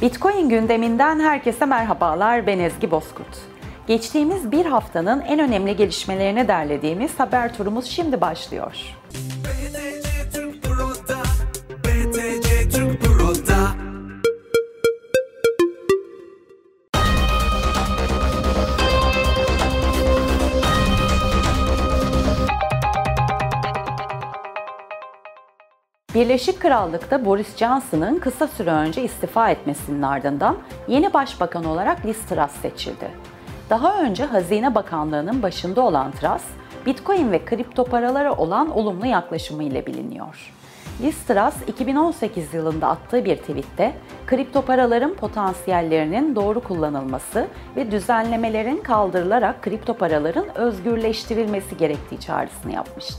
Bitcoin gündeminden herkese merhabalar, ben Ezgi Bozkurt. Geçtiğimiz bir haftanın en önemli gelişmelerini derlediğimiz haber turumuz şimdi başlıyor. Birleşik Krallık'ta Boris Johnson'ın kısa süre önce istifa etmesinin ardından yeni başbakan olarak Liz Truss seçildi. Daha önce Hazine Bakanlığı'nın başında olan Truss, Bitcoin ve kripto paralara olan olumlu yaklaşımı ile biliniyor. Liz Truss, 2018 yılında attığı bir tweette, kripto paraların potansiyellerinin doğru kullanılması ve düzenlemelerin kaldırılarak kripto paraların özgürleştirilmesi gerektiği çağrısını yapmıştı.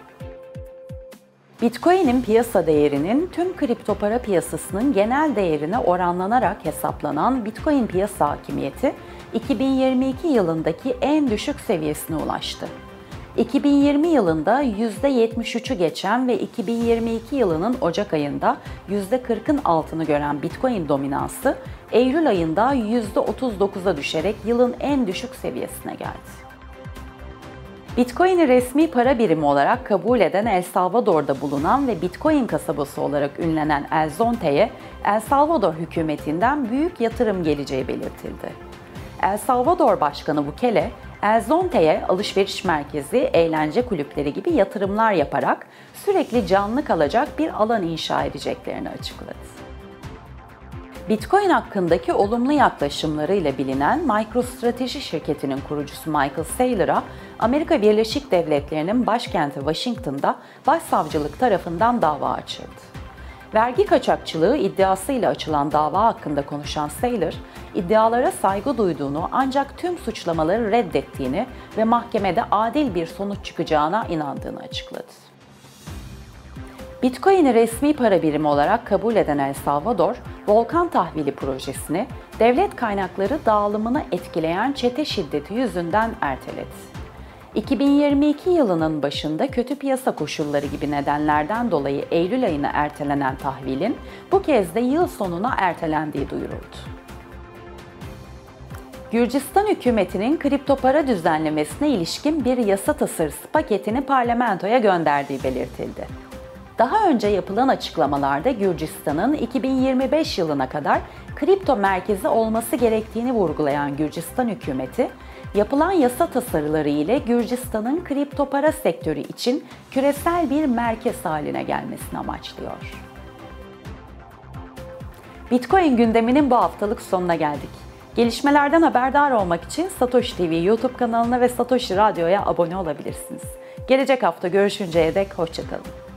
Bitcoin'in piyasa değerinin tüm kripto para piyasasının genel değerine oranlanarak hesaplanan Bitcoin piyasa hakimiyeti 2022 yılındaki en düşük seviyesine ulaştı. 2020 yılında %73'ü geçen ve 2022 yılının Ocak ayında %40'ın altını gören Bitcoin dominansı Eylül ayında %39'a düşerek yılın en düşük seviyesine geldi. Bitcoin'i resmi para birimi olarak kabul eden El Salvador'da bulunan ve Bitcoin kasabası olarak ünlenen El Zonte'ye El Salvador hükümetinden büyük yatırım geleceği belirtildi. El Salvador Başkanı Bukele, El Zonte'ye alışveriş merkezi, eğlence kulüpleri gibi yatırımlar yaparak sürekli canlı kalacak bir alan inşa edeceklerini açıkladı. Bitcoin hakkındaki olumlu yaklaşımlarıyla bilinen MicroStrategy şirketinin kurucusu Michael Saylor'a Amerika Birleşik Devletleri'nin başkenti Washington'da başsavcılık tarafından dava açıldı. Vergi kaçakçılığı iddiasıyla açılan dava hakkında konuşan Saylor, iddialara saygı duyduğunu ancak tüm suçlamaları reddettiğini ve mahkemede adil bir sonuç çıkacağına inandığını açıkladı. Bitcoin'i resmi para birimi olarak kabul eden El Salvador, volkan tahvili projesini devlet kaynakları dağılımını etkileyen çete şiddeti yüzünden erteledi. 2022 yılının başında kötü piyasa koşulları gibi nedenlerden dolayı Eylül ayına ertelenen tahvilin bu kez de yıl sonuna ertelendiği duyuruldu. Gürcistan hükümetinin kripto para düzenlemesine ilişkin bir yasa tasarısı paketini parlamentoya gönderdiği belirtildi. Daha önce yapılan açıklamalarda Gürcistan'ın 2025 yılına kadar kripto merkezi olması gerektiğini vurgulayan Gürcistan hükümeti, yapılan yasa tasarıları ile Gürcistan'ın kripto para sektörü için küresel bir merkez haline gelmesini amaçlıyor. Bitcoin gündeminin bu haftalık sonuna geldik. Gelişmelerden haberdar olmak için Satoshi TV YouTube kanalına ve Satoshi Radyo'ya abone olabilirsiniz. Gelecek hafta görüşünceye dek hoşça kalın.